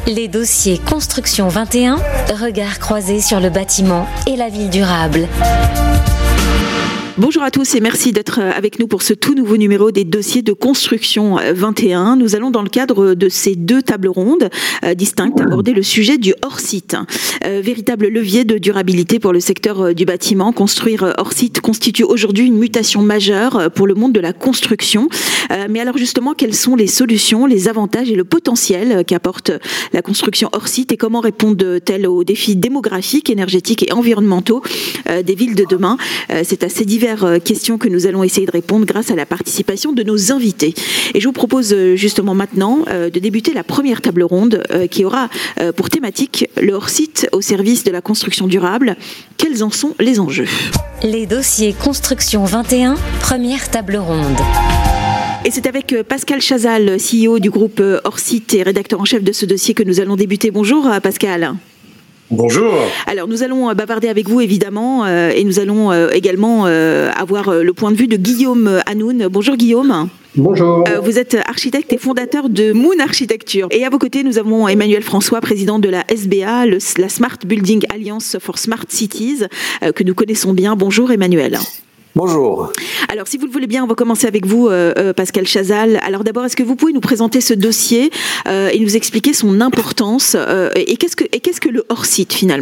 Les dossiers Construction 21, regard croisé sur le bâtiment et la ville durable. Bonjour à tous et merci d'être avec nous pour ce tout nouveau numéro des dossiers de construction 21. Nous allons dans le cadre de ces deux tables rondes distinctes aborder le sujet du hors-site. Véritable levier de durabilité pour le secteur du bâtiment. Construire hors-site constitue aujourd'hui une mutation majeure pour le monde de la construction. Mais alors justement, quelles sont les solutions, les avantages et le potentiel qu'apporte la construction hors-site et comment répondent-elles aux défis démographiques, énergétiques et environnementaux des villes de demain? C'est assez divers questions que nous allons essayer de répondre grâce à la participation de nos invités. Et je vous propose justement maintenant de débuter la première table ronde qui aura pour thématique le hors-site au service de la construction durable. Quels en sont les enjeux? Les dossiers Construction 21, première table ronde. Et c'est avec Pascal Chazal, CEO du groupe Hors-site et rédacteur en chef de ce dossier que nous allons débuter. Bonjour Pascal. Bonjour. Alors nous allons bavarder avec vous évidemment et nous allons également avoir le point de vue de Guillaume Hanoun. Bonjour Guillaume. Bonjour. Vous êtes architecte et fondateur de Moon Architecture. Et à vos côtés, nous avons Emmanuel François, président de la SBA, la Smart Building Alliance for Smart Cities, que nous connaissons bien. Bonjour Emmanuel. Bonjour. Alors, si vous le voulez bien, on va commencer avec vous, Pascal Chazal. Alors d'abord, est-ce que vous pouvez nous présenter ce dossier et nous expliquer son importance et qu'est-ce que le hors-site finalement ?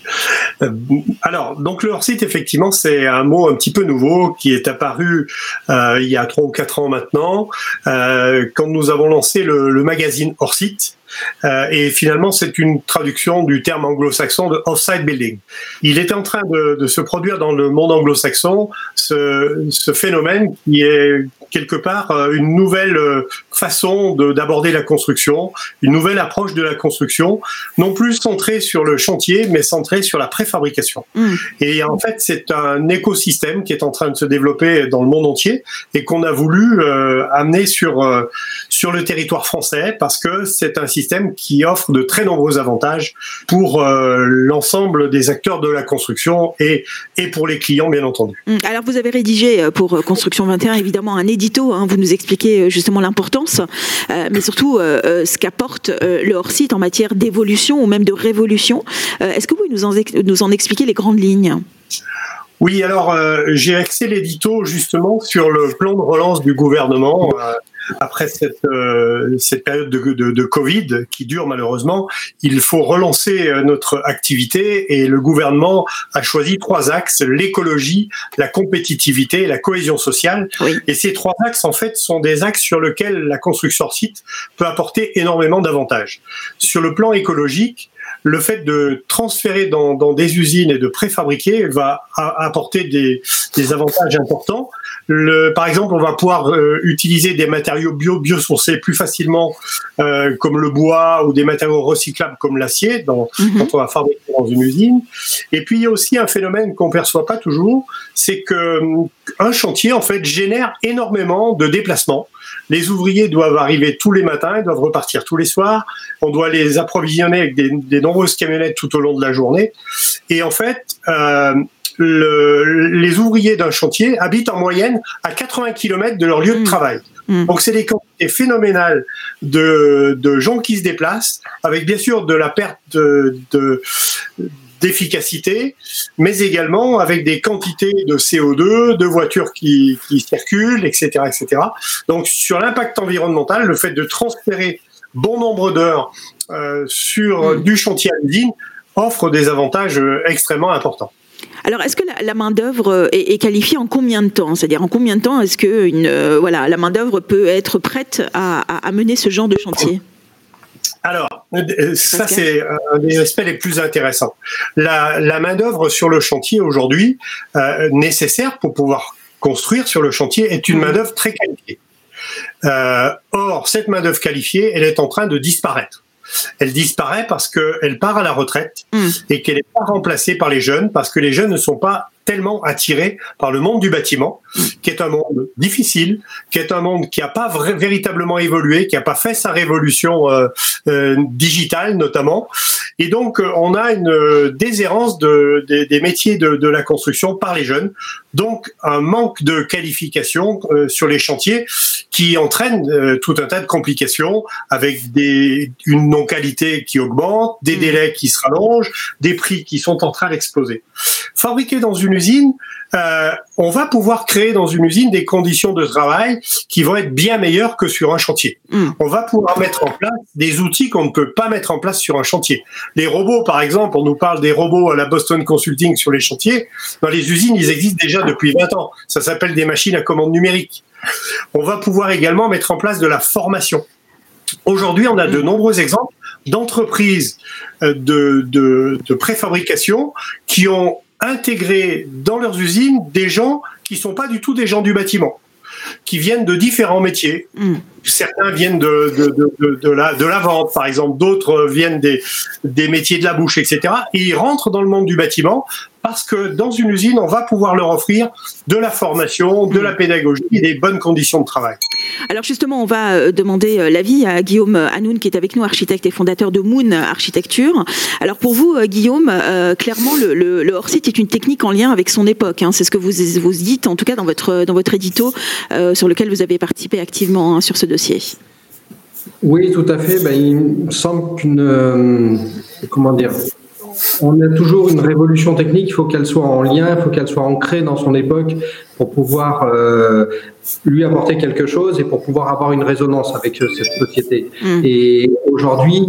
Alors, donc le hors-site, effectivement, c'est un mot un petit peu nouveau qui est apparu il y a 3 ou 4 ans maintenant, quand nous avons lancé le magazine Hors-site. Et finalement, c'est une traduction du terme anglo-saxon de off-site building. Il est en train de se produire dans le monde anglo-saxon ce phénomène qui est quelque part une nouvelle façon d'aborder la construction, une nouvelle approche de la construction, non plus centrée sur le chantier, mais centrée sur la préfabrication. Et en fait, c'est un écosystème qui est en train de se développer dans le monde entier et qu'on a voulu amener sur le territoire français parce que c'est un système qui offre de très nombreux avantages pour l'ensemble des acteurs de la construction et pour les clients, bien entendu. Alors, vous avez rédigé pour Construction 21, évidemment, un édito. Vous nous expliquez justement l'importance, mais surtout ce qu'apporte le hors-site en matière d'évolution ou même de révolution. Est-ce que vous pouvez nous en expliquer les grandes lignes ? Oui, alors j'ai axé l'édito justement sur le plan de relance du gouvernement après cette période de Covid qui dure malheureusement. Il faut relancer notre activité et le gouvernement a choisi 3 axes: l'écologie, la compétitivité et la cohésion sociale. Oui. Et ces 3 axes en fait sont des axes sur lesquels la construction hors site peut apporter énormément d'avantages. Sur le plan écologique, le fait de transférer dans des usines et de préfabriquer va apporter des avantages importants. Par exemple, on va pouvoir utiliser des matériaux biosourcés plus facilement, comme le bois, ou des matériaux recyclables comme l'acier quand on va fabriquer dans une usine. Et puis il y a aussi un phénomène qu'on perçoit pas toujours, c'est que un chantier en fait génère énormément de déplacements. Les ouvriers doivent arriver tous les matins, ils doivent repartir tous les soirs. On doit les approvisionner avec des nombreuses camionnettes tout au long de la journée. Et en fait, les ouvriers d'un chantier habitent en moyenne à 80 km de leur lieu de travail. Donc c'est des quantités phénoménales de gens qui se déplacent, avec bien sûr de la perte d'efficacité, mais également avec des quantités de CO2, de voitures qui circulent, etc., etc. Donc sur l'impact environnemental, le fait de transférer bon nombre d'heures sur du chantier à l'usine offre des avantages extrêmement importants. Alors, est-ce que la main-d'œuvre est qualifiée en combien de temps ? C'est-à-dire, en combien de temps est-ce que la main-d'œuvre peut être prête à mener ce genre de chantier ? Alors, ça c'est un des aspects les plus intéressants. La main-d'œuvre sur le chantier aujourd'hui, nécessaire pour pouvoir construire sur le chantier, est une main-d'œuvre très qualifiée. Or, cette main-d'œuvre qualifiée, elle est en train de disparaître. Elle disparaît parce qu'elle part à la retraite et qu'elle n'est pas remplacée par les jeunes, parce que les jeunes ne sont pas tellement attirés par le monde du bâtiment. qui est un monde difficile, qui est un monde qui n'a pas véritablement évolué, qui n'a pas fait sa révolution digitale notamment. Et donc, on a une déshérence des métiers de la construction par les jeunes. Donc, un manque de qualification sur les chantiers qui entraîne tout un tas de complications avec une non-qualité qui augmente, des délais qui se rallongent, des prix qui sont en train d'exploser. Fabriquer dans une usine, on va pouvoir créer dans une usine des conditions de travail qui vont être bien meilleures que sur un chantier. On va pouvoir mettre en place des outils qu'on ne peut pas mettre en place sur un chantier. Les robots, par exemple, on nous parle des robots à la Boston Consulting sur les chantiers. Dans les usines, ils existent déjà depuis 20 ans. Ça s'appelle des machines à commande numérique. On va pouvoir également mettre en place de la formation. Aujourd'hui, on a de nombreux exemples d'entreprises de préfabrication qui ont intégré dans leurs usines des gens qui sont pas du tout des gens du bâtiment, qui viennent de différents métiers. Certains viennent de la vente, par exemple, d'autres viennent des métiers de la bouche, etc. Et ils rentrent dans le monde du bâtiment parce que dans une usine, on va pouvoir leur offrir de la formation, de la pédagogie et des bonnes conditions de travail. Alors justement, on va demander l'avis à Guillaume Hanoun, qui est avec nous, architecte et fondateur de Moon Architecture. Alors pour vous, Guillaume, clairement, le hors-site est une technique en lien avec son époque. C'est ce que vous dites, en tout cas dans votre édito sur lequel vous avez participé activement sur ce dossier. Oui, tout à fait. Il me semble on a toujours une révolution technique, il faut qu'elle soit en lien, il faut qu'elle soit ancrée dans son époque pour pouvoir lui apporter quelque chose et pour pouvoir avoir une résonance avec cette société. Et aujourd'hui,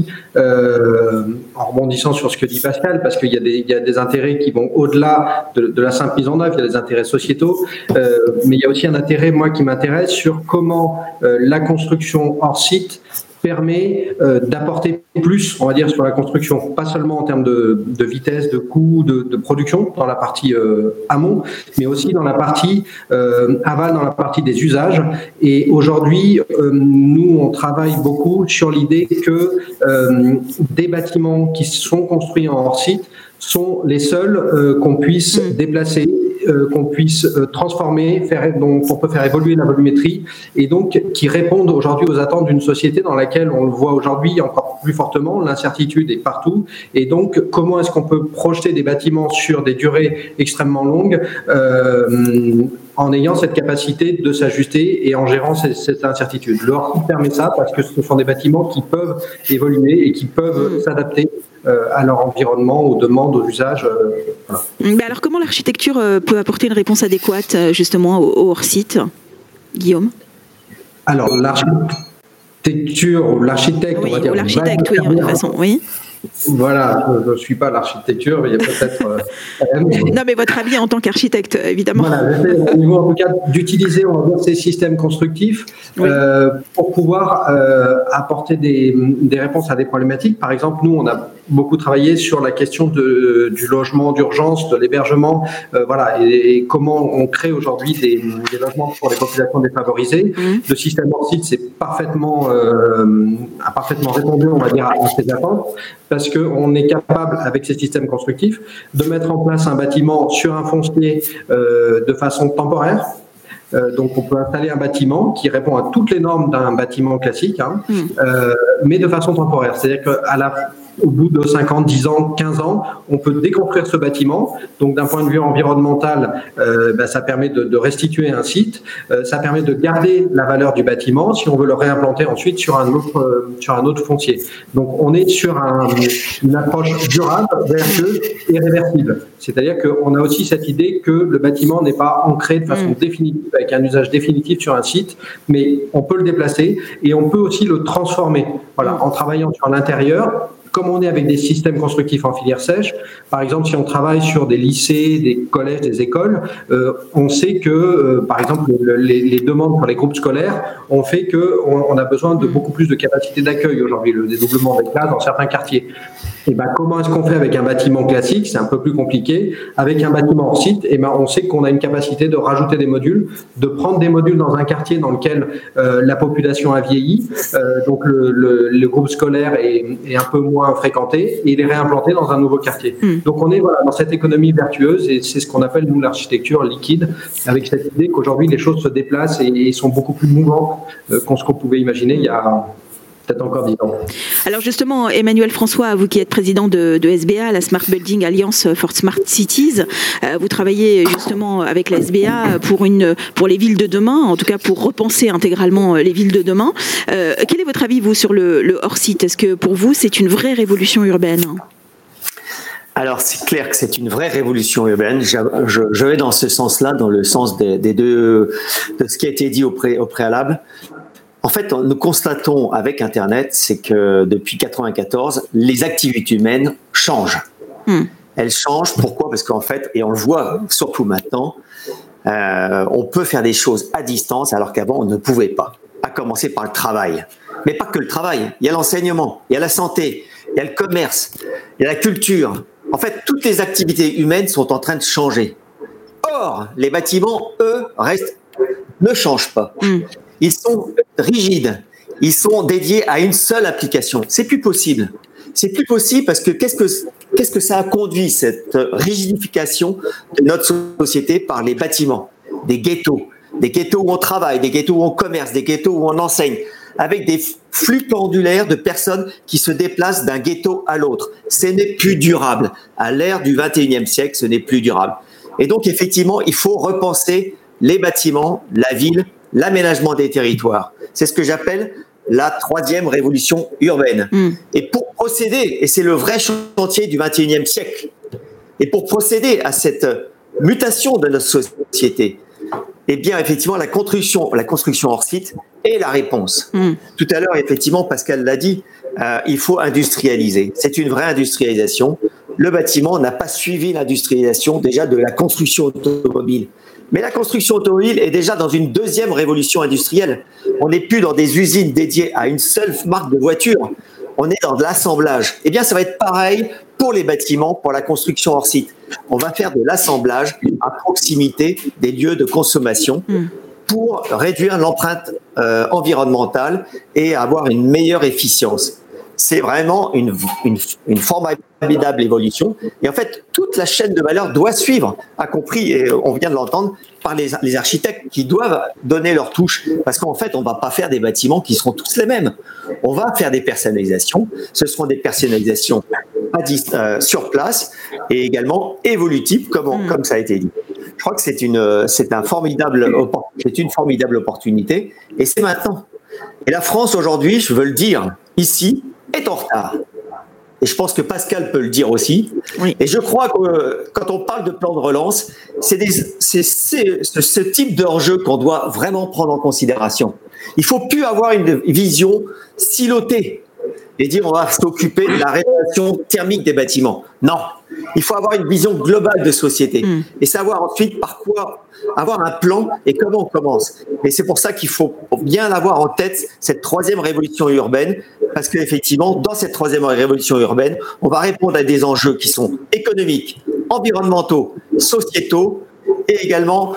en rebondissant sur ce que dit Pascal, parce qu'il y a des intérêts qui vont au-delà de la simple mise en œuvre, il y a des intérêts sociétaux, mais il y a aussi un intérêt, moi, qui m'intéresse sur comment la construction hors site permet d'apporter plus, on va dire, sur la construction, pas seulement en termes de vitesse, de coût, de production, dans la partie amont, mais aussi dans la partie aval, dans la partie des usages. Et aujourd'hui, nous, on travaille beaucoup sur l'idée que des bâtiments qui sont construits en hors-site sont les seuls qu'on puisse déplacer, qu'on puisse transformer, dont on peut faire évoluer la volumétrie, et donc qui répondent aujourd'hui aux attentes d'une société dans laquelle on le voit aujourd'hui encore plus fortement, l'incertitude est partout, et donc comment est-ce qu'on peut projeter des bâtiments sur des durées extrêmement longues en ayant cette capacité de s'ajuster et en gérant cette incertitude. Le hors-site permet ça parce que ce sont des bâtiments qui peuvent évoluer et qui peuvent s'adapter à leur environnement, aux demandes, aux usages. Voilà. Mais alors, comment l'architecture peut apporter une réponse adéquate justement au hors-site, Guillaume ? Alors, l'architecture ou l'architecte, oui, on va dire. L'architecte, oui, de toute façon, oui. Voilà, je ne suis pas l'architecture, mais il y a peut-être... Non, mais votre avis en tant qu'architecte, évidemment. Voilà, j'essaie au niveau en tout cas d'utiliser, on va dire, ces systèmes constructifs pour pouvoir apporter des réponses à des problématiques. Par exemple, nous, on a beaucoup travaillé sur la question du logement d'urgence, de l'hébergement, voilà, et comment on crée aujourd'hui des logements pour les populations défavorisées. Le système hors-site a parfaitement répondu, on va dire, à ces attentes, parce qu'on est capable, avec ces systèmes constructifs, de mettre en place un bâtiment sur un foncier de façon temporaire. Donc, on peut installer un bâtiment qui répond à toutes les normes d'un bâtiment classique, mais de façon temporaire. C'est-à-dire qu'au bout de 5 ans, 10 ans, 15 ans, on peut déconstruire ce bâtiment. Donc, d'un point de vue environnemental, ça permet de restituer un site. Ça permet de garder la valeur du bâtiment si on veut le réimplanter ensuite sur un autre foncier. Donc, on est sur une approche durable versus et réversible. C'est-à-dire qu'on a aussi cette idée que le bâtiment n'est pas ancré de façon définitive, avec un usage définitif sur un site, mais on peut le déplacer et on peut aussi le transformer. Voilà, en travaillant sur l'intérieur. Comme on est avec des systèmes constructifs en filière sèche, par exemple, si on travaille sur des lycées, des collèges, des écoles, on sait que, par exemple, les demandes pour les groupes scolaires ont fait qu'on a besoin de beaucoup plus de capacité d'accueil aujourd'hui, le dédoublement des classes dans certains quartiers. Et comment est-ce qu'on fait avec un bâtiment classique? C'est un peu plus compliqué. Avec un bâtiment hors site, on sait qu'on a une capacité de rajouter des modules, de prendre des modules dans un quartier dans lequel la population a vieilli, donc le groupe scolaire est un peu moins fréquenté, et les réimplanter dans un nouveau quartier. Donc on est dans cette économie vertueuse, et c'est ce qu'on appelle nous l'architecture liquide, avec cette idée qu'aujourd'hui les choses se déplacent et sont beaucoup plus mouvantes qu'on pouvait imaginer il y a peut-être encore 10 ans. Alors justement, Emmanuel François, vous qui êtes président de SBA, la Smart Building Alliance for Smart Cities, vous travaillez justement avec la SBA pour les villes de demain, en tout cas pour repenser intégralement les villes de demain. Quel est votre avis, vous, sur le hors-site? Est-ce que pour vous, c'est une vraie révolution urbaine? Alors, c'est clair que c'est une vraie révolution urbaine. Je vais dans ce sens-là, dans le sens de ce qui a été dit au préalable. En fait, nous constatons avec Internet, c'est que depuis 1994, les activités humaines changent. Elles changent. Pourquoi? Parce qu'en fait, et on le voit surtout maintenant, on peut faire des choses à distance alors qu'avant, on ne pouvait pas. À commencer par le travail. Mais pas que le travail. Il y a l'enseignement, il y a la santé, il y a le commerce, il y a la culture. En fait, toutes les activités humaines sont en train de changer. Or, les bâtiments, eux, ne changent pas. Ils sont rigides. Ils sont dédiés à une seule application. C'est plus possible. C'est plus possible parce que qu'est-ce que ça a conduit, cette rigidification de notre société par les bâtiments? Des ghettos où on travaille, des ghettos où on commerce, des ghettos où on enseigne, avec des flux pendulaires de personnes qui se déplacent d'un ghetto à l'autre. Ce n'est plus durable. À l'ère du 21e siècle, ce n'est plus durable. Et donc, effectivement, il faut repenser les bâtiments, la ville, l'aménagement des territoires. C'est ce que j'appelle la troisième révolution urbaine. Et pour procéder, et c'est le vrai chantier du 21e siècle, et pour procéder à cette mutation de notre société, eh bien, effectivement, la construction hors site est la réponse. Tout à l'heure, effectivement, Pascal l'a dit, il faut industrialiser. C'est une vraie industrialisation. Le bâtiment n'a pas suivi l'industrialisation déjà de la construction automobile. Mais la construction automobile est déjà dans une deuxième révolution industrielle. On n'est plus dans des usines dédiées à une seule marque de voiture. On est dans de l'assemblage. Eh bien, ça va être pareil pour les bâtiments, pour la construction hors site. On va faire de l'assemblage à proximité des lieux de consommation pour réduire l'empreinte environnementale et avoir une meilleure efficience. C'est vraiment une formidable évolution. Et en fait, toute la chaîne de valeur doit suivre, y compris, et on vient de l'entendre, par les architectes qui doivent donner leur touche. Parce qu'en fait, on ne va pas faire des bâtiments qui seront tous les mêmes. On va faire des personnalisations. Ce seront des personnalisations sur place et également évolutives, comme ça a été dit. Je crois que c'est une formidable opportunité. Et c'est maintenant. Et la France, aujourd'hui, je veux le dire, ici, est en retard. Et je pense que Pascal peut le dire aussi. Oui. Et je crois que quand on parle de plan de relance, c'est ce type d'enjeu qu'on doit vraiment prendre en considération. Il ne faut plus avoir une vision silotée et dire on va s'occuper de la rénovation thermique des bâtiments. Non, il faut avoir une vision globale de société et savoir ensuite par quoi avoir un plan et comment on commence. Et c'est pour ça qu'il faut bien avoir en tête cette troisième révolution urbaine, parce qu'effectivement, dans cette troisième révolution urbaine, on va répondre à des enjeux qui sont économiques, environnementaux, sociétaux et également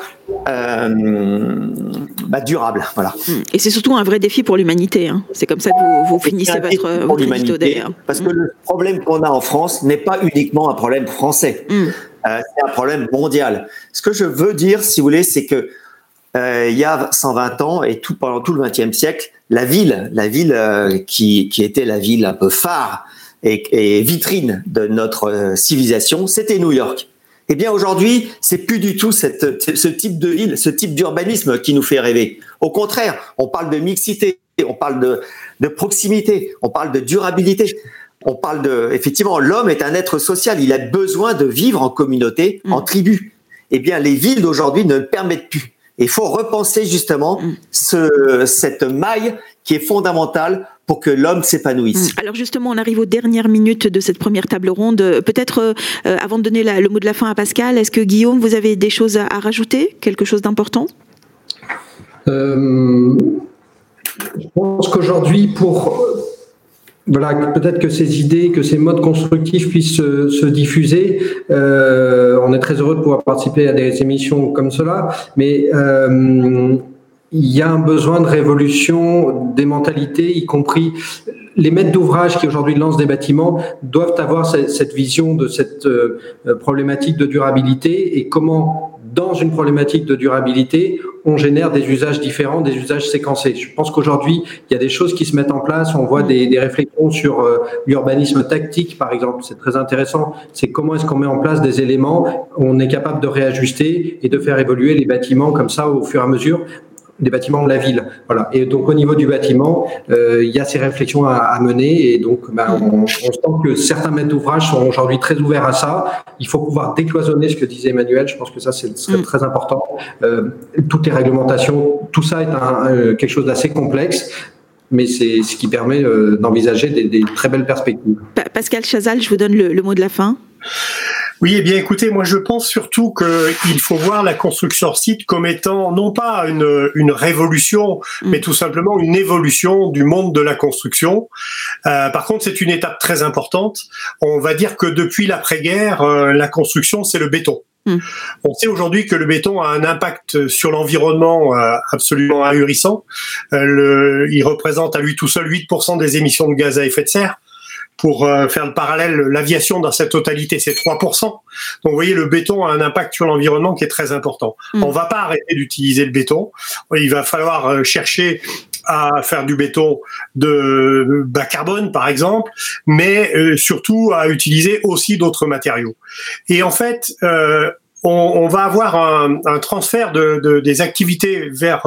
durables. Voilà. Et c'est surtout un vrai défi pour l'humanité. Hein. C'est comme ça que vous finissez votre édito d'ailleurs. Parce que le problème qu'on a en France n'est pas uniquement un problème français. C'est un problème mondial. Ce que je veux dire, si vous voulez, c'est que il y a 120 ans et pendant tout le XXe siècle, la ville qui était la ville un peu phare et vitrine de notre civilisation, c'était New York. Eh bien aujourd'hui, c'est plus du tout ce type de ville, ce type d'urbanisme qui nous fait rêver. Au contraire, on parle de mixité, on parle de proximité, on parle de durabilité. On parle effectivement, l'homme est un être social, il a besoin de vivre en communauté, en tribu. Eh bien, les villes d'aujourd'hui ne le permettent plus. Et il faut repenser justement cette maille qui est fondamentale pour que l'homme s'épanouisse. Alors justement, on arrive aux dernières minutes de cette première table ronde. Peut-être, avant de donner le mot de la fin à Pascal, est-ce que Guillaume, vous avez des choses à rajouter? Quelque chose d'important? Je pense qu'aujourd'hui, voilà, peut-être que ces idées, que ces modes constructifs puissent se diffuser. On est très heureux de pouvoir participer à des émissions comme cela, mais il y a un besoin de révolution des mentalités, y compris les maîtres d'ouvrage qui aujourd'hui lancent des bâtiments doivent avoir cette vision de cette problématique de durabilité et comment, dans une problématique de durabilité, on génère des usages différents, des usages séquencés. Je pense qu'aujourd'hui, il y a des choses qui se mettent en place. On voit des réflexions sur l'urbanisme tactique, par exemple. C'est très intéressant. C'est comment est-ce qu'on met en place des éléments où on est capable de réajuster et de faire évoluer les bâtiments comme ça au fur et à mesure. Des bâtiments de la ville, voilà. Et donc au niveau du bâtiment, il y a ces réflexions à mener, et donc on sent que certains maîtres d'ouvrage sont aujourd'hui très ouverts à ça. Il faut pouvoir décloisonner, ce que disait Emmanuel. Je pense que ça c'est très important. Toutes les réglementations, tout ça est quelque chose d'assez complexe, mais c'est ce qui permet d'envisager des très belles perspectives. Pascal Chazal, je vous donne le mot de la fin. Oui, eh bien écoutez, moi je pense surtout qu'il faut voir la construction hors site comme étant non pas une révolution, mais tout simplement une évolution du monde de la construction. Par contre, c'est une étape très importante. On va dire que depuis l'après-guerre, la construction, c'est le béton. On sait aujourd'hui que le béton a un impact sur l'environnement absolument ahurissant. Il représente à lui tout seul 8% des émissions de gaz à effet de serre. Pour faire le parallèle, l'aviation dans sa totalité, c'est 3%. Donc, vous voyez, le béton a un impact sur l'environnement qui est très important. On va pas arrêter d'utiliser le béton. Il va falloir chercher à faire du béton de bas carbone, par exemple, mais surtout à utiliser aussi d'autres matériaux. Et en fait, on va avoir un transfert des activités vers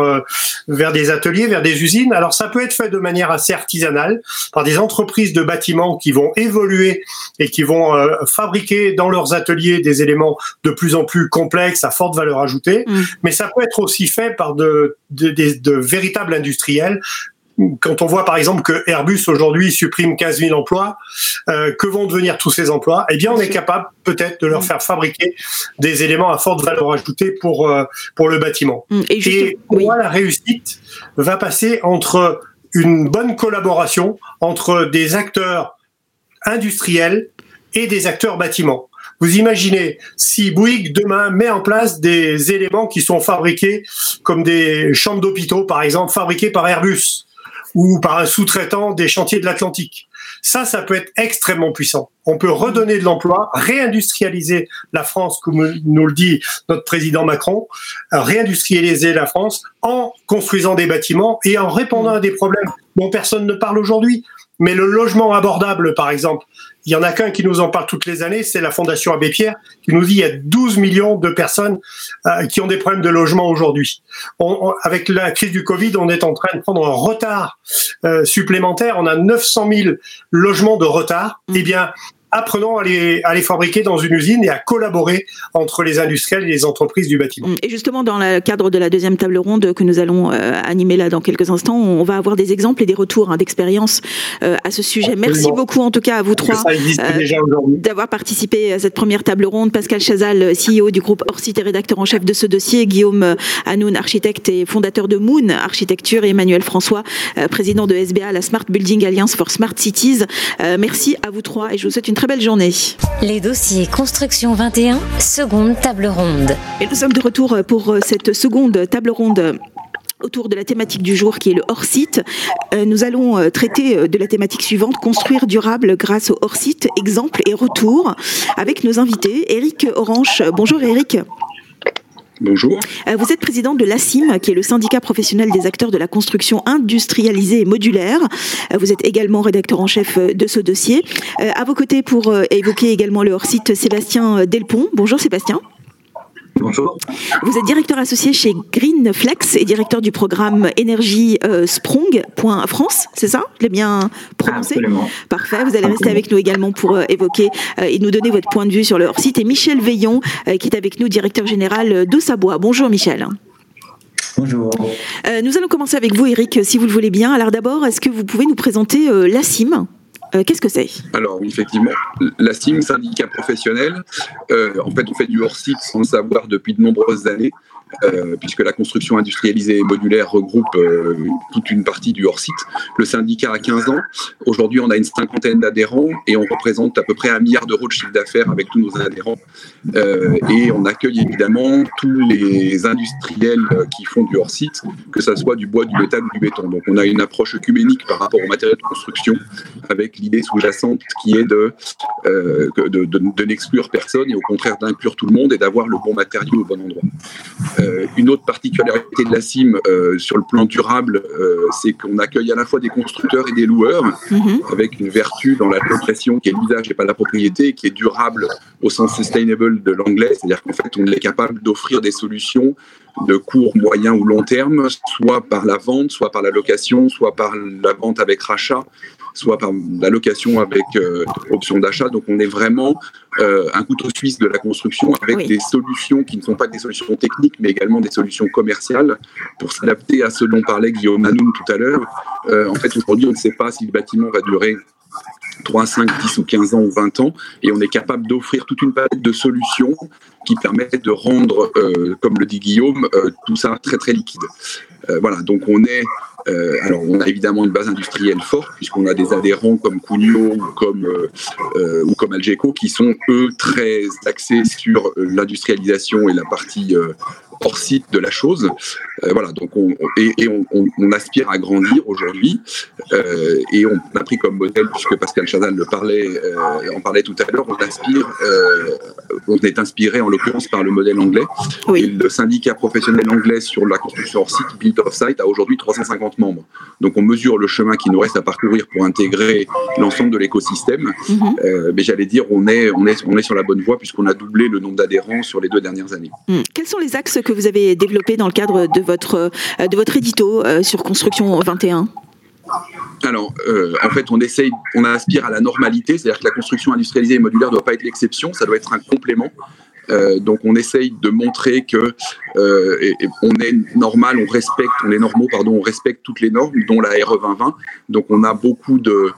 des ateliers, vers des usines. Alors ça peut être fait de manière assez artisanale par des entreprises de bâtiments qui vont évoluer et qui vont fabriquer dans leurs ateliers des éléments de plus en plus complexes à forte valeur ajoutée. Mais ça peut être aussi fait par de véritables industriels. Quand on voit par exemple que Airbus aujourd'hui supprime 15 000 emplois, que vont devenir tous ces emplois? Eh bien, on est capable peut-être de leur faire fabriquer des éléments à forte valeur ajoutée pour le bâtiment. Et pour moi, la réussite va passer entre une bonne collaboration entre des acteurs industriels et des acteurs bâtiments. Vous imaginez si Bouygues demain met en place des éléments qui sont fabriqués comme des chambres d'hôpitaux, par exemple, fabriqués par Airbus ou par un sous-traitant des chantiers de l'Atlantique. Ça peut être extrêmement puissant. On peut redonner de l'emploi, réindustrialiser la France, comme nous le dit notre président Macron, réindustrialiser la France en construisant des bâtiments et en répondant à des problèmes dont personne ne parle aujourd'hui. Mais le logement abordable, par exemple, il y en a qu'un qui nous en parle toutes les années, c'est la Fondation Abbé Pierre, qui nous dit qu'il y a 12 millions de personnes qui ont des problèmes de logement aujourd'hui. Avec la crise du Covid, on est en train de prendre un retard supplémentaire. On a 900 000 logements de retard. Eh bien, apprenons à les fabriquer dans une usine et à collaborer entre les industriels et les entreprises du bâtiment. Et justement, dans le cadre de la deuxième table ronde que nous allons animer là dans quelques instants, on va avoir des exemples et des retours d'expérience à ce sujet. Absolument. Merci beaucoup en tout cas à vous trois d'avoir participé à cette première table ronde. Pascal Chazal, CEO du groupe Orsite et rédacteur en chef de ce dossier, Guillaume Hanoun, architecte et fondateur de Moon Architecture, et Emmanuel François, président de SBA, la Smart Building Alliance for Smart Cities. Merci à vous trois et je vous souhaite une très belle journée. Les dossiers Construction 21, seconde table ronde. Et nous sommes de retour pour cette seconde table ronde autour de la thématique du jour qui est le hors-site. Nous allons traiter de la thématique suivante, construire durable grâce au hors-site, exemple et retour, avec nos invités. Éric Orange. Bonjour Éric. Bonjour. Vous êtes président de l'ACIM, qui est le syndicat professionnel des acteurs de la construction industrialisée et modulaire. Vous êtes également rédacteur en chef de ce dossier. À vos côtés, pour évoquer également le hors-site, Sébastien Delpont. Bonjour Sébastien. Bonjour. Vous êtes directeur associé chez Greenflex et directeur du programme énergie Sprong.France, c'est ça? Je l'ai bien prononcé? Absolument. Parfait. Vous allez rester avec nous également pour évoquer et nous donner votre point de vue sur le hors-site. Et Michel Veillon, qui est avec nous, directeur général de Sabois. Bonjour Michel. Bonjour. Nous allons commencer avec vous Eric, si vous le voulez bien. Alors d'abord, est-ce que vous pouvez nous présenter l'ACIM? Qu'est-ce que c'est? Alors, oui, effectivement, l'ACIM, syndicat professionnel, en fait, on fait du hors-site sans le savoir depuis de nombreuses années. puisque la construction industrialisée et modulaire regroupe toute une partie du hors-site. Le syndicat a 15 ans. Aujourd'hui, on a une 50aine d'adhérents et on représente à peu près 1 milliard d'euros de chiffre d'affaires avec tous nos adhérents. Et on accueille évidemment tous les industriels qui font du hors-site, que ça soit du bois, du métal ou du béton. Donc on a une approche œcuménique par rapport aux matériaux de construction, avec l'idée sous-jacente qui est de n'exclure personne et au contraire d'inclure tout le monde et d'avoir le bon matériau au bon endroit. Une autre particularité de la CIM sur le plan durable, c'est qu'on accueille à la fois des constructeurs et des loueurs, avec une vertu dans la location qui est l'usage et pas la propriété, qui est durable au sens sustainable de l'anglais, c'est-à-dire qu'en fait on est capable d'offrir des solutions de court, moyen ou long terme, soit par la vente, soit par la location, soit par la vente avec rachat, soit par la location avec option d'achat. Donc on est vraiment un couteau suisse de la construction avec des solutions qui ne sont pas des solutions techniques, mais également des solutions commerciales pour s'adapter à ce dont parlait Guillaume Hanoun tout à l'heure. En fait, aujourd'hui, on ne sait pas si le bâtiment va durer 3, 5, 10 ou 15 ans ou 20 ans, et on est capable d'offrir toute une palette de solutions qui permettent de rendre, comme le dit Guillaume, tout ça très très liquide. Voilà, donc on est... alors, on a évidemment une base industrielle forte, puisqu'on a des adhérents comme Cugnot ou comme Algeco, qui sont, eux, très axés sur l'industrialisation et la partie hors site de la chose. Voilà, donc on aspire à grandir aujourd'hui, et on a pris comme modèle, puisque Pascal Chazal en parlait tout à l'heure, on est inspiré en l'occurrence par le modèle anglais. Et le syndicat professionnel anglais sur la construction hors site, Build Off-Site, a aujourd'hui 350 membres. Donc on mesure le chemin qui nous reste à parcourir pour intégrer l'ensemble de l'écosystème. Mais j'allais dire, on est sur la bonne voie, puisqu'on a doublé le nombre d'adhérents sur les 2 dernières années. Quels sont les axes que vous avez développés dans le cadre de votre édito sur Construction 21 ? Alors, en fait, on aspire à la normalité, c'est-à-dire que la construction industrialisée et modulaire ne doit pas être l'exception, ça doit être un complément. Donc, on essaye de montrer que on est normal, on respecte toutes les normes, dont la RE 2020. Donc, on a beaucoup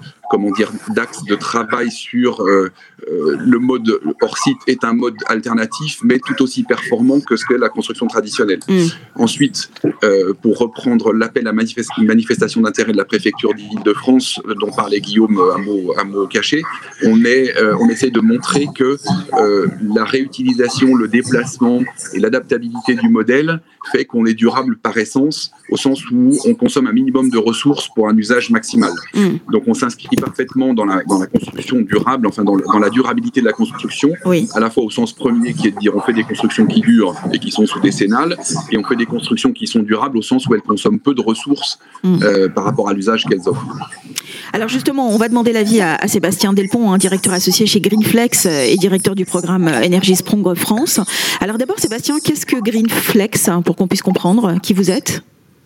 d'axes de travail sur le mode hors site est un mode alternatif, mais tout aussi performant que ce qu'est la construction traditionnelle. Ensuite, pour reprendre l'appel à manifestation d'intérêt de la préfecture d'Île-de-France, dont parlait Guillaume un mot caché, on essaie de montrer que la réutilisation, le déplacement et l'adaptabilité du modèle fait qu'on est durable par essence, au sens où on consomme un minimum de ressources pour un usage maximal. Donc on s'inscrit parfaitement dans la construction durable, enfin dans la durabilité de la construction, à la fois au sens premier qui est de dire on fait des constructions qui durent et qui sont sous décennales, et on fait des constructions qui sont durables au sens où elles consomment peu de ressources par rapport à l'usage qu'elles offrent. Alors justement, on va demander l'avis à Sébastien Delpont, directeur associé chez Greenflex et directeur du programme Énergie Sprong France. Alors d'abord Sébastien, qu'est-ce que Greenflex, pour qu'on puisse comprendre qui vous êtes ?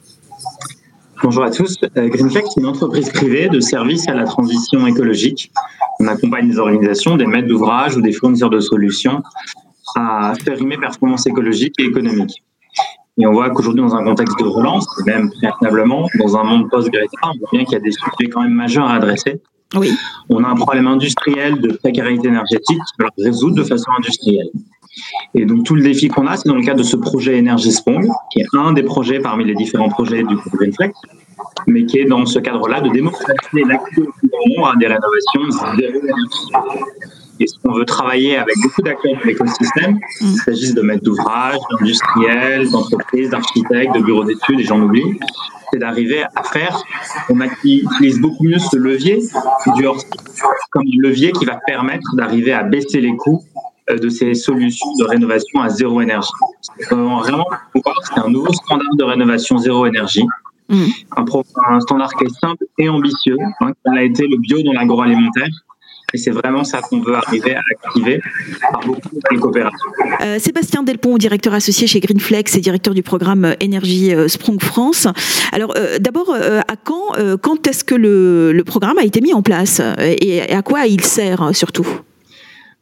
Bonjour à tous. Greenflex, c'est une entreprise privée de services à la transition écologique. On accompagne des organisations, des maîtres d'ouvrage ou des fournisseurs de solutions à faire rimer performance écologique et économique. Et on voit qu'aujourd'hui, dans un contexte de relance, même préalablement, dans un monde post-Greta, on voit bien qu'il y a des sujets quand même majeurs à adresser. On a un problème industriel de précarité énergétique qui va résoudre de façon industrielle. Et donc, tout le défi qu'on a, c'est dans le cadre de ce projet Énergie Sprong, qui est un des projets parmi les différents projets du groupe Greenflex, mais qui est dans ce cadre-là de démocratiser l'accès à des rénovations zéro énergie. Et ce qu'on veut travailler avec beaucoup d'acteurs de l'écosystème, qu'il s'agisse de maîtres d'ouvrage, d'industriels, d'entreprises, d'architectes, de bureaux d'études, et j'en oublie, c'est d'arriver à faire qu'on utilise beaucoup mieux ce levier du hors-site comme un levier qui va permettre d'arriver à baisser les coûts de ces solutions de rénovation à zéro énergie. Vraiment, c'est un nouveau standard de rénovation zéro énergie, un standard qui est simple et ambitieux, comme l'a été le bio dans l'agroalimentaire. Et c'est vraiment ça qu'on veut arriver à activer par beaucoup de coopérations. Sébastien Delpont, directeur associé chez Greenflex et directeur du programme Énergie Sprong France. Alors d'abord, quand est-ce que le programme a été mis en place et à quoi il sert surtout ?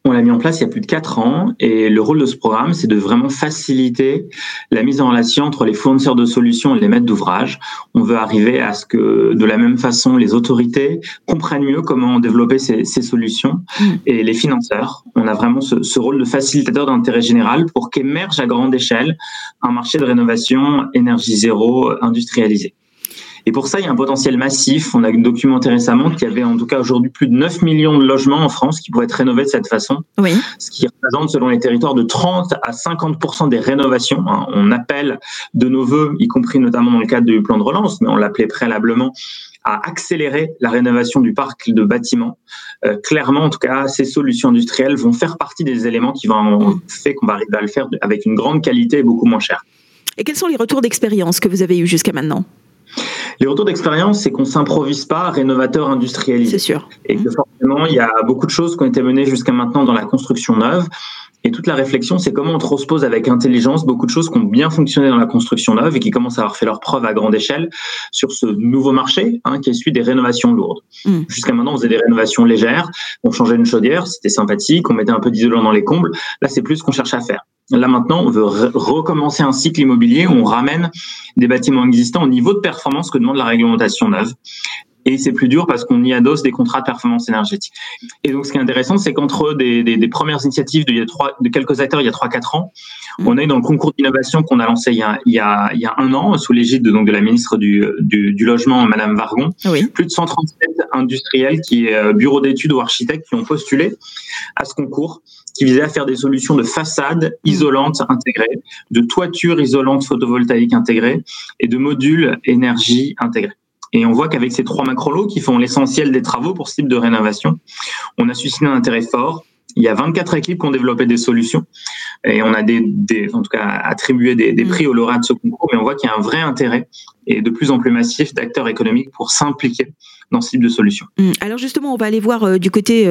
On l'a mis en place il y a plus de 4 ans et le rôle de ce programme, c'est de vraiment faciliter la mise en relation entre les fournisseurs de solutions et les maîtres d'ouvrage. On veut arriver à ce que, de la même façon, les autorités comprennent mieux comment développer ces solutions et les financeurs. On a vraiment ce rôle de facilitateur d'intérêt général pour qu'émerge à grande échelle un marché de rénovation énergie zéro industrialisé. Et pour ça, il y a un potentiel massif. On a documenté récemment qu'il y avait en tout cas aujourd'hui plus de 9 millions de logements en France qui pourraient être rénovés de cette façon. Oui. Ce qui représente, selon les territoires, de 30 à 50% des rénovations. On appelle de nos voeux, y compris notamment dans le cadre du plan de relance, mais on l'appelait préalablement, à accélérer la rénovation du parc de bâtiments. Clairement, en tout cas, ces solutions industrielles vont faire partie des éléments qui vont faire qu'on va arriver à le faire avec une grande qualité et beaucoup moins cher. Et quels sont les retours d'expérience que vous avez eus jusqu'à maintenant ? Les retours d'expérience, c'est qu'on ne s'improvise pas rénovateur industrialisé. C'est sûr. Et que forcément, il y a beaucoup de choses qui ont été menées jusqu'à maintenant dans la construction neuve. Et toute la réflexion, c'est comment on transpose avec intelligence beaucoup de choses qui ont bien fonctionné dans la construction neuve et qui commencent à avoir fait leurs preuves à grande échelle sur ce nouveau marché qui est celui des rénovations lourdes. Jusqu'à maintenant, on faisait des rénovations légères, on changeait une chaudière, c'était sympathique, on mettait un peu d'isolant dans les combles. Là, c'est plus ce qu'on cherche à faire. Là, maintenant, on veut recommencer un cycle immobilier où on ramène des bâtiments existants au niveau de performance que demande la réglementation neuve. Et c'est plus dur parce qu'on y adosse des contrats de performance énergétique. Et donc, ce qui est intéressant, c'est qu'entre des premières initiatives de quelques acteurs il y a 3-4 ans, on a eu dans le concours d'innovation qu'on a lancé il y a 1 an, sous l'égide de la ministre du Logement, Madame Wargon, plus de 137 industriels bureaux d'études ou architectes qui ont postulé à ce concours, qui visait à faire des solutions de façade isolantes intégrées, de toitures isolantes photovoltaïques intégrées et de modules énergie intégrés. Et on voit qu'avec ces 3 macro-lots qui font l'essentiel des travaux pour ce type de rénovation, on a suscité un intérêt fort. Il y a 24 équipes qui ont développé des solutions et on a en tout cas attribué des prix aux lauréats de ce concours, mais on voit qu'il y a un vrai intérêt et de plus en plus massif d'acteurs économiques pour s'impliquer dans ce type de solution. Alors justement, on va aller voir du côté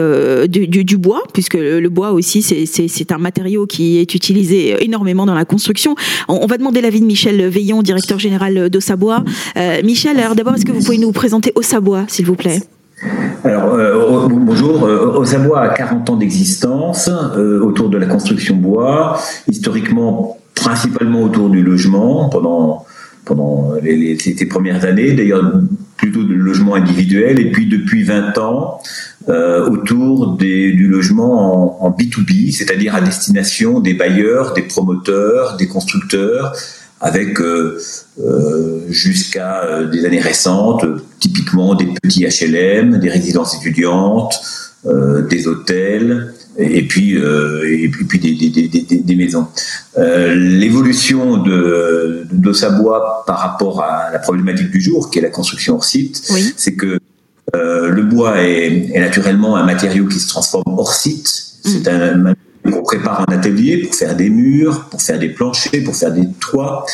du bois, puisque le bois aussi, c'est un matériau qui est utilisé énormément dans la construction. On va demander l'avis de Michel Veillon, directeur général d'Ossabois. Michel, alors d'abord, est-ce que vous pouvez nous présenter Ossabois, s'il vous plaît ? Alors, bonjour. Ossabois a 40 ans d'existence autour de la construction bois, historiquement principalement autour du logement pendant ces premières années, d'ailleurs plutôt du logement individuel, et puis depuis 20 ans autour du logement en B2B, c'est-à-dire à destination des bailleurs, des promoteurs, des constructeurs, avec jusqu'à des années récentes, typiquement des petits HLM, des résidences étudiantes, des hôtels, et puis des maisons. L'évolution d'Ossabois par rapport à la problématique du jour, qui est la construction hors site, c'est que le bois est naturellement un matériau qui se transforme hors site. C'est un matériau qu'on prépare en atelier pour faire des murs, pour faire des planchers, pour faire des toits,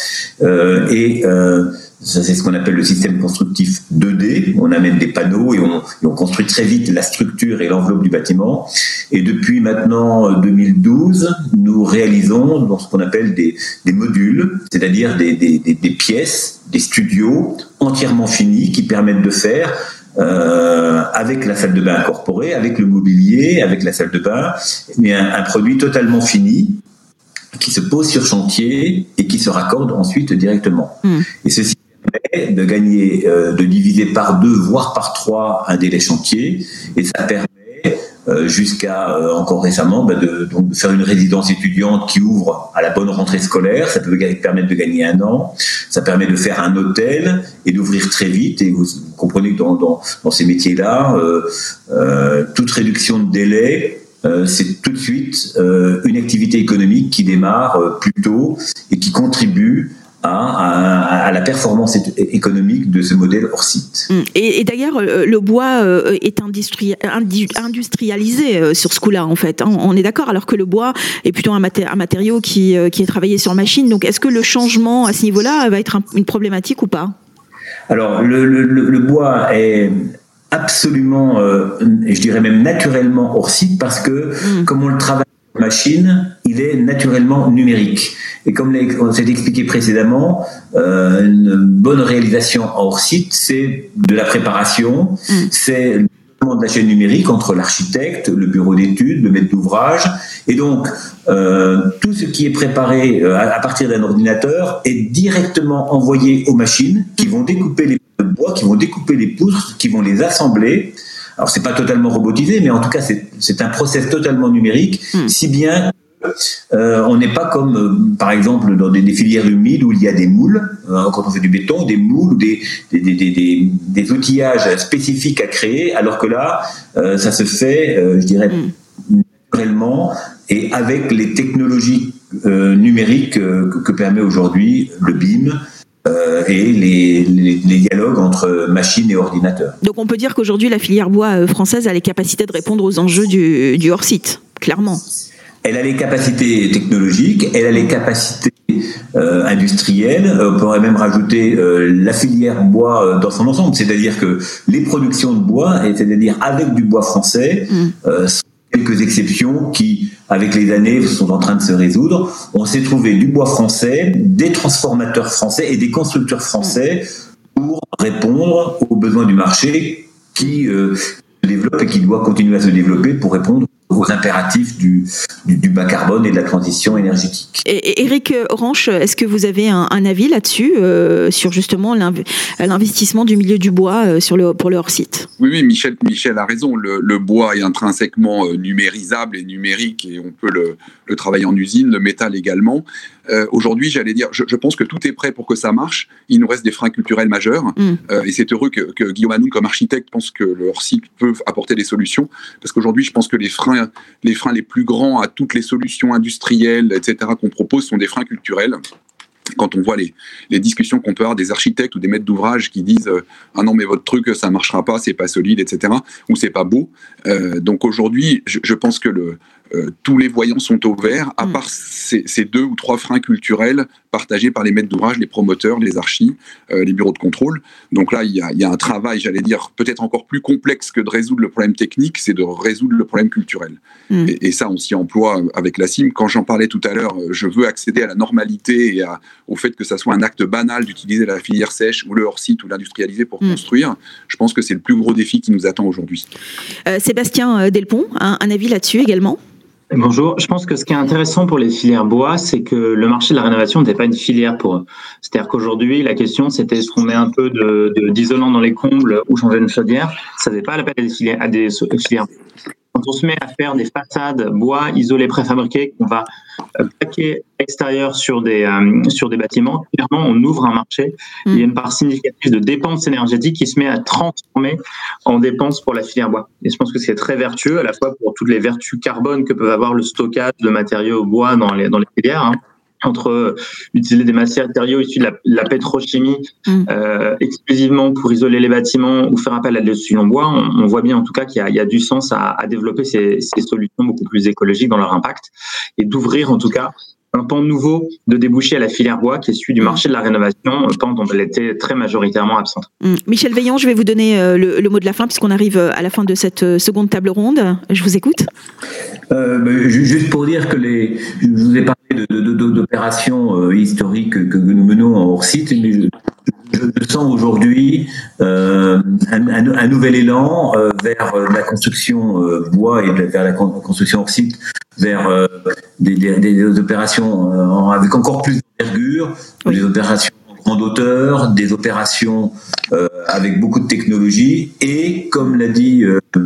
ça, c'est ce qu'on appelle le système constructif 2D. On amène des panneaux et on construit très vite la structure et l'enveloppe du bâtiment. Et depuis maintenant 2012, nous réalisons ce qu'on appelle des modules, c'est-à-dire des pièces, des studios entièrement finis qui permettent de faire avec la salle de bain incorporée, avec le mobilier, avec la salle de bain, mais un produit totalement fini qui se pose sur chantier et qui se raccorde ensuite directement. Et ceci permet de gagner, de diviser par 2, voire par 3 un délai chantier, et ça permet jusqu'à encore récemment de faire une résidence étudiante qui ouvre à la bonne rentrée scolaire. Ça peut permettre de gagner 1 an. Ça permet de faire un hôtel et d'ouvrir très vite. Et vous comprenez que dans ces métiers-là, toute réduction de délai, c'est tout de suite une activité économique qui démarre plus tôt et qui contribue à la performance économique de ce modèle hors site. Et d'ailleurs, le bois est industrialisé sur ce coup-là, en fait. On est d'accord, alors que le bois est plutôt un matériau qui est travaillé sur machine. Donc, est-ce que le changement à ce niveau-là va être une problématique ou pas ? Alors, le bois est absolument, je dirais même naturellement hors site, parce que comme on le travaille en machine, il est naturellement numérique. Et comme on s'est expliqué précédemment, une bonne réalisation hors site, c'est de la préparation, c'est de la chaîne numérique entre l'architecte, le bureau d'études, le maître d'ouvrage. Et donc, tout ce qui est préparé à partir d'un ordinateur est directement envoyé aux machines qui vont découper les bois, qui vont découper les poutres, qui vont les assembler. Alors, c'est pas totalement robotisé, mais en tout cas, c'est un process totalement numérique, si bien on n'est pas comme, par exemple, dans des filières humides où il y a des moules, quand on fait du béton, des moules ou des outillages spécifiques à créer, alors que là, ça se fait, je dirais, naturellement et avec les technologies numériques que permet aujourd'hui le BIM. Et les dialogues entre machines et ordinateurs. Donc on peut dire qu'aujourd'hui la filière bois française a les capacités de répondre aux enjeux du hors-site, clairement. Elle a les capacités technologiques, elle a les capacités industrielles. On pourrait même rajouter la filière bois dans son ensemble, c'est-à-dire que les productions de bois, c'est-à-dire avec du bois français, sont quelques exceptions qui, avec les années, sont en train de se résoudre. On s'est trouvé du bois français, des transformateurs français et des constructeurs français pour répondre aux besoins du marché qui se développe et qui doit continuer à se développer pour répondre aux impératifs du bas carbone et de la transition énergétique. Et Éric Orange, est-ce que vous avez un avis là-dessus, sur justement l'investissement du milieu du bois pour le hors-site ? Oui, Michel a raison. Le bois est intrinsèquement numérisable et numérique et on peut le travailler en usine, le métal également. Aujourd'hui, j'allais dire, je pense que tout est prêt pour que ça marche. Il nous reste des freins culturels majeurs et c'est heureux que Guillaume Hanoun, comme architecte, pense que le hors-site peut apporter des solutions parce qu'aujourd'hui, je pense que les freins les plus grands à toutes les solutions industrielles, etc., qu'on propose sont des freins culturels. Quand on voit les discussions qu'on peut avoir des architectes ou des maîtres d'ouvrage qui disent ah non mais votre truc ça marchera pas, c'est pas solide, etc., ou c'est pas beau. Donc aujourd'hui, je pense que tous les voyants sont au vert, à part ces 2 ou 3 freins culturels partagés par les maîtres d'ouvrage, les promoteurs, les archis, les bureaux de contrôle. Donc là, il y a un travail, j'allais dire, peut-être encore plus complexe que de résoudre le problème technique, c'est de résoudre le problème culturel. Et ça, on s'y emploie avec la CIM. Quand j'en parlais tout à l'heure, je veux accéder à la normalité et au fait que ça soit un acte banal d'utiliser la filière sèche ou le hors-site ou l'industrialiser pour construire. Je pense que c'est le plus gros défi qui nous attend aujourd'hui. Sébastien Delpont, un avis là-dessus également ? Bonjour. Je pense que ce qui est intéressant pour les filières bois, c'est que le marché de la rénovation n'était pas une filière pour eux. C'est-à-dire qu'aujourd'hui, la question, c'était est-ce qu'on met un peu d'isolant dans les combles ou changer une chaudière. Ça ne faisait pas l'appel à des filières. Quand on se met à faire des façades bois isolés préfabriqués qu'on va plaquer extérieur sur des bâtiments, clairement, on ouvre un marché. Il y a une part significative de dépenses énergétiques qui se met à transformer en dépenses pour la filière bois. Et je pense que c'est très vertueux, à la fois pour toutes les vertus carbone que peuvent avoir le stockage de matériaux bois dans les filières, entre utiliser des matériaux issus de la pétrochimie exclusivement pour isoler les bâtiments ou faire appel à de l'essuyant bois, on voit bien en tout cas qu'il y a du sens à développer ces solutions beaucoup plus écologiques dans leur impact et d'ouvrir en tout cas un pan nouveau de déboucher à la filière bois qui est celui du marché de la rénovation, un pan dont elle était très majoritairement absente. Michel Veillon, je vais vous donner le mot de la fin puisqu'on arrive à la fin de cette seconde table ronde. Je vous écoute. Juste pour dire que je vous ai parlé d'opérations historiques que nous menons en hors-site, mais je sens aujourd'hui un nouvel élan vers la construction bois et vers la construction hors-site, vers des opérations avec encore plus d'envergure, des opérations en grande hauteur, des opérations avec beaucoup de technologie et, comme l'a dit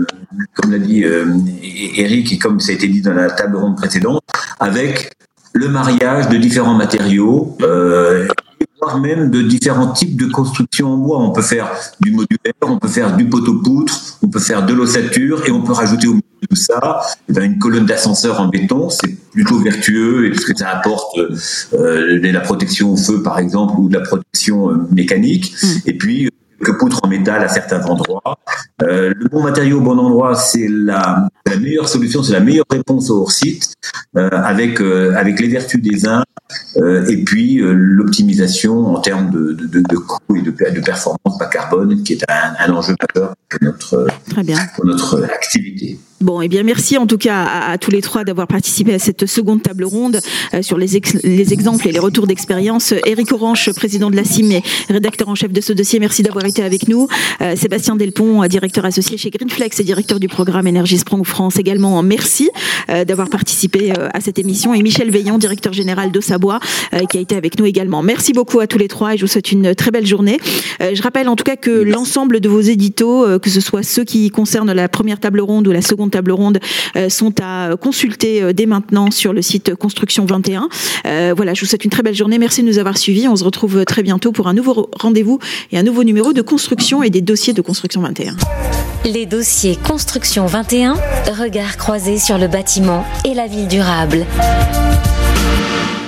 Eric et comme ça a été dit dans la table ronde précédente, avec le mariage de différents matériaux, voire même de différents types de construction en bois. On peut faire du modulaire, on peut faire du poteau-poutre, on peut faire de l'ossature et on peut rajouter au milieu de tout ça une colonne d'ascenseur en béton. C'est plutôt vertueux et parce que ça apporte de la protection au feu par exemple ou de la protection mécanique. Et puis quelques poutres en métal à certains endroits. Le bon matériau au bon endroit, c'est la meilleure solution, c'est la meilleure réponse au hors-site avec les vertus des uns et puis l'optimisation en termes de coûts et de performance bas carbone, qui est un enjeu majeur pour notre activité. Bon, eh bien, merci en tout cas à tous les trois d'avoir participé à cette seconde table ronde sur les exemples et les retours d'expérience. Éric Orange, président de la CIM et rédacteur en chef de ce dossier, merci d'avoir été avec nous. Sébastien Delpont, directeur associé chez Greenflex et directeur du programme Énergie Sprong France également, merci d'avoir participé à cette émission. Et Michel Veillon, directeur général d'Ossabois, qui a été avec nous également. Merci beaucoup à tous les trois et je vous souhaite une très belle journée. Je rappelle en tout cas que l'ensemble de vos éditos, que ce soit ceux qui concernent la première table ronde ou la seconde table ronde, sont à consulter dès maintenant sur le site Construction 21. Voilà, je vous souhaite une très belle journée. Merci de nous avoir suivis. On se retrouve très bientôt pour un nouveau rendez-vous et un nouveau numéro de Construction et des dossiers de Construction 21. Les dossiers Construction 21, regard croisé sur le bâtiment et la ville durable.